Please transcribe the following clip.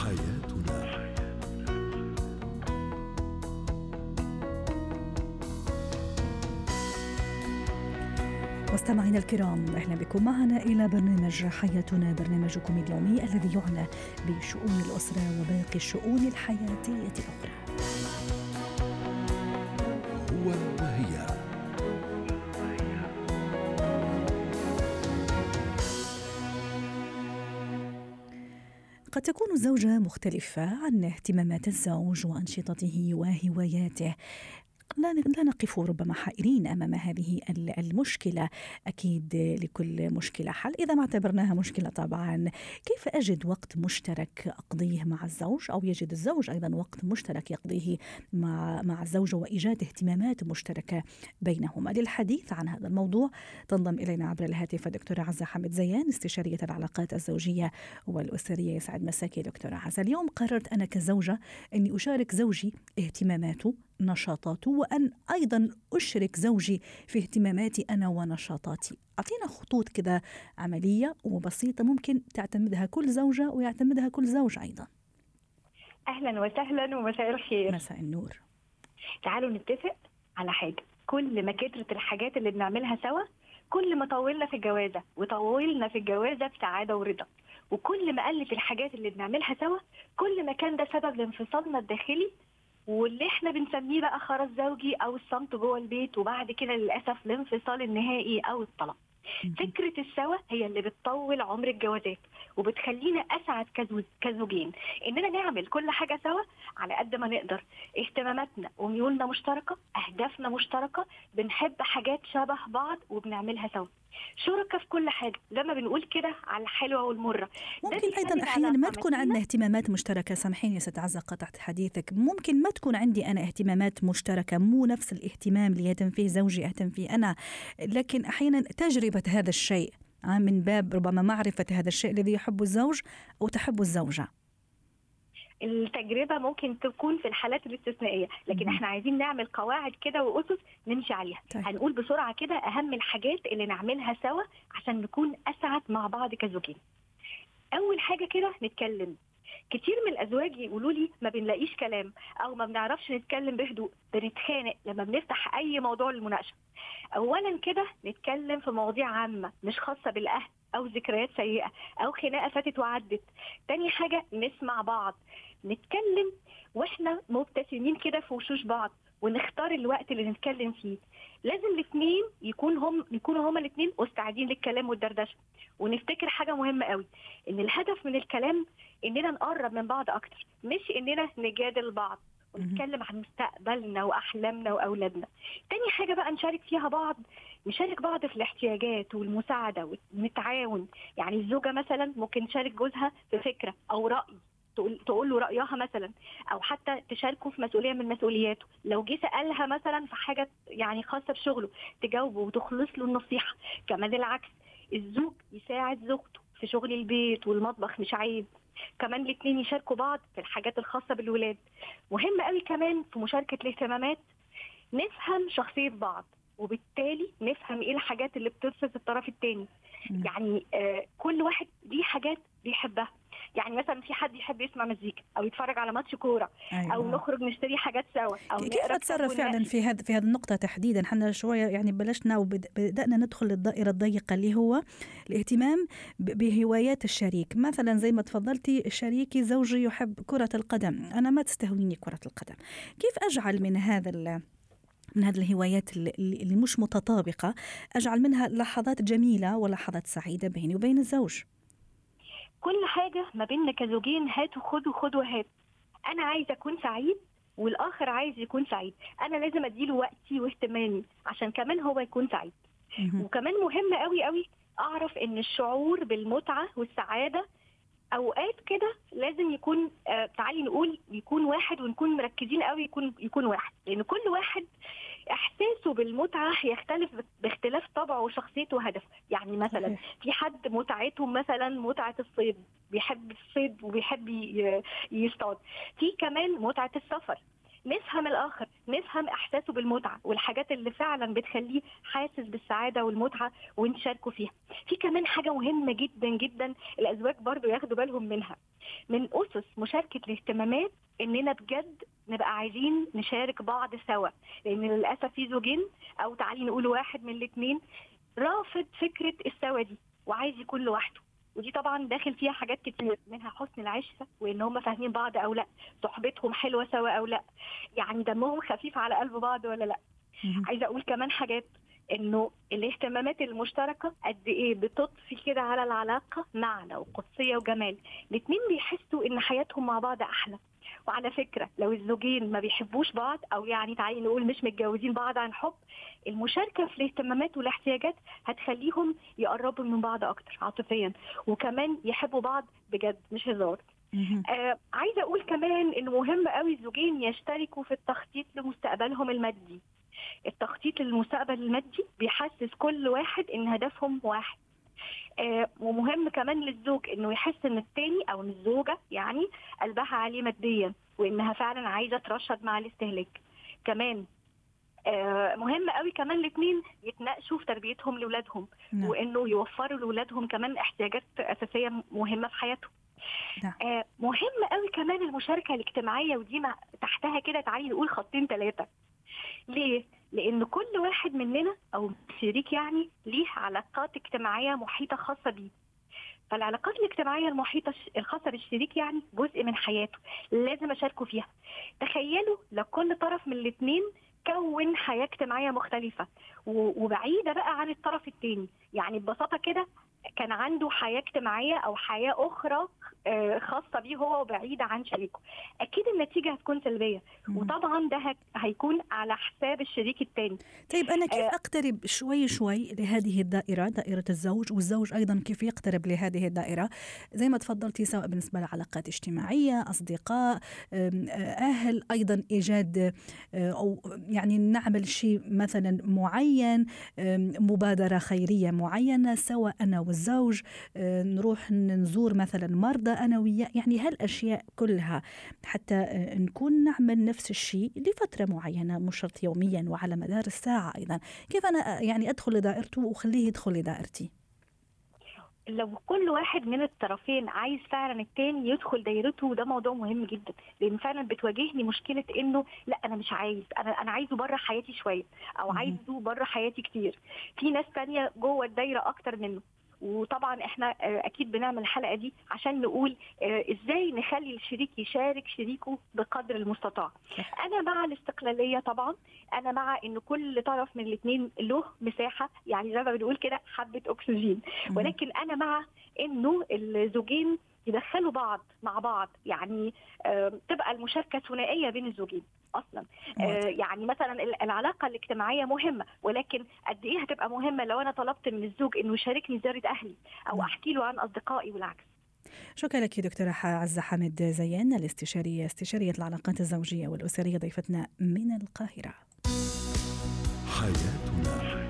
حياتنا. مستمعينا الكرام، أهلا بكم معنا إلى برنامج حياتنا، برنامجكم اليومي الذي يعنى بشؤون الأسرة وباقي الشؤون الحياتية الأخرى. هو وهي. قد تكون الزوجة مختلفة عن اهتمامات الزوج وأنشطته وهواياته. لا نقف ربما حائرين أمام هذه المشكلة. أكيد لكل مشكلة حل إذا ما اعتبرناها مشكلة. طبعا كيف أجد وقت مشترك أقضيه مع الزوج، أو يجد الزوج أيضا وقت مشترك يقضيه مع الزوجة، وإيجاد اهتمامات مشتركة بينهما؟ للحديث عن هذا الموضوع تنضم إلينا عبر الهاتف دكتورة عزة حامد زيان، استشارية العلاقات الزوجية والأسرية. يسعد مساكي دكتورة عزة. اليوم قررت أنا كزوجة أني أشارك زوجي اهتماماته، نشاطاته، وأن أيضا أشرك زوجي في اهتماماتي أنا ونشاطاتي. أعطينا خطوط كذا عملية وبسيطة ممكن تعتمدها كل زوجة ويعتمدها كل زوج أيضا. أهلا وسهلا ومساء الخير. مساء النور. تعالوا نتفق على حاجة: كل ما كترت الحاجات اللي بنعملها سوا، كل ما طولنا في الجوازة وطولنا في الجوازة بسعادة ورضا. وكل ما قلت الحاجات اللي بنعملها سوا، كل ما كان ده سبب لانفصالنا الداخلي، واللي احنا بنسميه بقى خرس زوجي او الصمت جوه البيت، وبعد كده للاسف الانفصال النهائي او الطلاق. فكرة السوا هي اللي بتطول عمر الجوازات وبتخلينا اسعد كزوجين، اننا نعمل كل حاجة سوا على قد ما نقدر. اهتماماتنا وميولنا مشتركة، اهدافنا مشتركة، بنحب حاجات شبه بعض وبنعملها سوا، شركة في كل حاجة. لما بنقول كده على الحلوة والمرة. ممكن أيضا أحيانا ما تكون عندنا اهتمامات مشتركة. سامحيني ست عزة قطعت حديثك. ممكن ما تكون عندي أنا اهتمامات مشتركة، مو نفس الاهتمام اللي يهتم فيه زوجي أهتم فيه أنا، لكن أحيانا تجربة هذا الشيء من باب ربما معرفة هذا الشيء الذي يحبه الزوج أو تحبه الزوجة. التجربة ممكن تكون في الحالات الاستثنائية، لكن احنا عايزين نعمل قواعد كده وأسس نمشي عليها. طيب. هنقول بسرعة كده أهم الحاجات اللي نعملها سوا عشان نكون أسعد مع بعض كزوجين. أول حاجة كده نتكلم. كتير من الأزواج يقولوا لي ما بنلاقيش كلام أو ما بنعرفش نتكلم بهدوء، بنتخانق لما بنفتح أي موضوع للمناقشة. أولا كده نتكلم في مواضيع عامة مش خاصة بالأهل أو ذكريات سيئة أو خناقة فاتت وعدت. تاني حاجة نسمع بعض، نتكلم واحنا مبتسمين كده في وشوش بعض، ونختار الوقت اللي نتكلم فيه. لازم الاثنين يكونوا هما الاثنين مستعدين للكلام والدردشه. ونفتكر حاجه مهمه قوي، ان الهدف من الكلام اننا نقرب من بعض اكتر، مش اننا نجادل بعض ونتكلم عن مستقبلنا واحلامنا واولادنا. تاني حاجه بقى نشارك بعض في الاحتياجات والمساعده ونتعاون. يعني الزوجه مثلا ممكن تشارك جوزها في فكره او راي، تقول له رأيها مثلا، أو حتى تشاركه في مسؤولية من مسؤولياته. لو جه سألها مثلا في حاجة يعني خاصة بشغله تجاوبه وتخلص له النصيحة. كمان العكس، الزوج يساعد زوجته في شغل البيت والمطبخ، مش عيب. كمان الاثنين يشاركوا بعض في الحاجات الخاصة بالولاد. مهم قوي كمان في مشاركة الاهتمامات نفهم شخصية بعض، وبالتالي نفهم ايه الحاجات اللي بتبسط الطرف الثاني. يعني كل واحد ليه حاجات بيحبها. يعني مثلا في حد يحب يسمع مزيكا او يتفرج على ماتش كوره. أيوة. او نخرج نشتري حاجات سوا، او كيف اتصرف فعلا في هذه النقطه تحديدا؟ حنا شويه يعني بلشنا وبدانا ندخل للدائره الضيقه اللي هو الاهتمام بهوايات الشريك. مثلا زي ما تفضلتي، شريكي زوجي يحب كره القدم، انا ما تستهويني كره القدم. كيف اجعل من هذه الهوايات اللي مش متطابقه، اجعل منها لحظات جميله ولحظات سعيده بيني وبين الزوج؟ كل حاجة ما بيننا كزوجين هات وخد وهات. أنا عايز أكون سعيد والآخر عايز يكون سعيد، أنا لازم أديله وقتي واهتمامي عشان كمان هو يكون سعيد. وكمان مهم قوي قوي أعرف إن الشعور بالمتعة والسعادة أوقات كده لازم يكون تعالي نقول يكون واحد، ونكون مركزين قوي يكون واحد، لأن كل واحد إحساسه بالمتعة يختلف باختلاف طبعه وشخصيته وهدفه. يعني مثلا في حد متعته مثلا متعة الصيد، بيحب الصيد وبيحب يصطاد. في كمان متعة السفر. نفهم الآخر، نفهم إحساسه بالمتعة والحاجات اللي فعلا بتخليه حاسس بالسعادة والمتعة ونشاركه فيها. في كمان حاجة مهمة جدا جدا الأزواج برضو ياخدوا بالهم منها، من أسس مشاركة الاهتمامات إننا بجد نبقى عايزين نشارك بعض سوا، لأن للأسف في زوجين أو تعالي نقول واحد من الاثنين رافض فكرة السوا دي وعايز يكون لوحده، ودي طبعا داخل فيها حاجات كتير منها حسن العشرة وإن هم فاهمين بعض أو لا، صحبتهم حلوة سوا أو لا، يعني دمهم خفيف على قلب بعض ولا لا. عايزة أقول كمان حاجات، إنه الاهتمامات المشتركة قد إيه بتضفي كده على العلاقة معنى وقدسية وجمال. الاتنين بيحسوا إن حياتهم مع بعض أحلى. وعلى فكرة لو الزوجين ما بيحبوش بعض أو يعني تعالي نقول مش متجوزين بعض عن حب، المشاركة في الاهتمامات والاحتياجات هتخليهم يقربوا من بعض أكتر عاطفيا، وكمان يحبوا بعض بجد مش هزار. عايزة أقول كمان إنه مهم قوي الزوجين يشتركوا في التخطيط لمستقبلهم المادي. التخطيط للمستقبل المادي بيحسس كل واحد إن هدفهم واحد. ومهم كمان للزوج إنه يحس إن التاني أو إن الزوجة يعني قلبها عليه ماديا وإنها فعلا عايزة ترشد مع الاستهلاك. كمان مهم قوي كمان الاثنين يتناقشوا في تربيتهم لأولادهم، وإنه يوفروا لأولادهم كمان احتياجات أساسية مهمة في حياتهم. مهم قوي كمان المشاركة الاجتماعية، ودي تحتها كده تعالي نقول خطين 3. ليه؟ لأن كل واحد مننا أو شريك يعني ليه علاقات اجتماعية محيطة خاصة بيه. فالعلاقات الاجتماعية المحيطة الخاصة بالشريك يعني جزء من حياته لازم أشاركه فيها. تخيلوا لو كل طرف من الاثنين كون حياة اجتماعية مختلفة وبعيدة بقى عن الطرف الثاني، يعني ببساطة كده كان عنده حياة اجتماعية أو حياة أخرى خاصة بيه هو وبعيدة عن شريكه، أكيد النتيجة هتكون سلبية. وطبعا ده هيكون على حساب الشريك التاني. طيب أنا كيف أقترب شوي لهذه الدائرة، دائرة الزوج، والزوج أيضا كيف يقترب لهذه الدائرة زي ما تفضلتي، سواء بالنسبة لعلاقات اجتماعية، أصدقاء، أهل، أيضا إيجاد أو يعني نعمل شيء مثلا معين، مبادرة خيرية معينة سوا أنا والزوج، نروح نزور مثلا مرضى أنا وياه، يعني هالأشياء كلها حتى نكون نعمل نفس الشيء لفترة معينة، مش شرط يوميا وعلى مدار الساعة. أيضا كيف أنا يعني أدخل لدائرته وأخليه يدخل لدائرتي؟ لو كل واحد من الطرفين عايز فعلا التاني يدخل دايرته، وده موضوع مهم جدا، لان فعلا بتواجهني مشكله انه لا انا مش عايز، انا عايزه بره حياتي شويه، او عايزه بره حياتي كتير، في ناس تانية جوه الدايره اكتر منه. وطبعا احنا اكيد بنعمل الحلقه دي عشان نقول ازاي نخلي الشريك يشارك شريكه بقدر المستطاع. انا مع الاستقلاليه طبعا، انا مع ان كل طرف من الاثنين له مساحه، يعني زي ما بنقول كده حبه اكسجين، ولكن انا مع انه الزوجين يدخلوا بعض مع بعض، يعني تبقى المشاركه ثنائيه بين الزوجين اصلا. يعني مثلا العلاقه الاجتماعيه مهمه، ولكن قد ايه هتبقى مهمه لو انا طلبت من الزوج انه يشاركني زياره اهلي او احكي له عن اصدقائي والعكس. شكرا لك دكتورة عزة حامد زيان، استشارية العلاقات الزوجية والأسرية، ضيفتنا من القاهرة. حياتنا.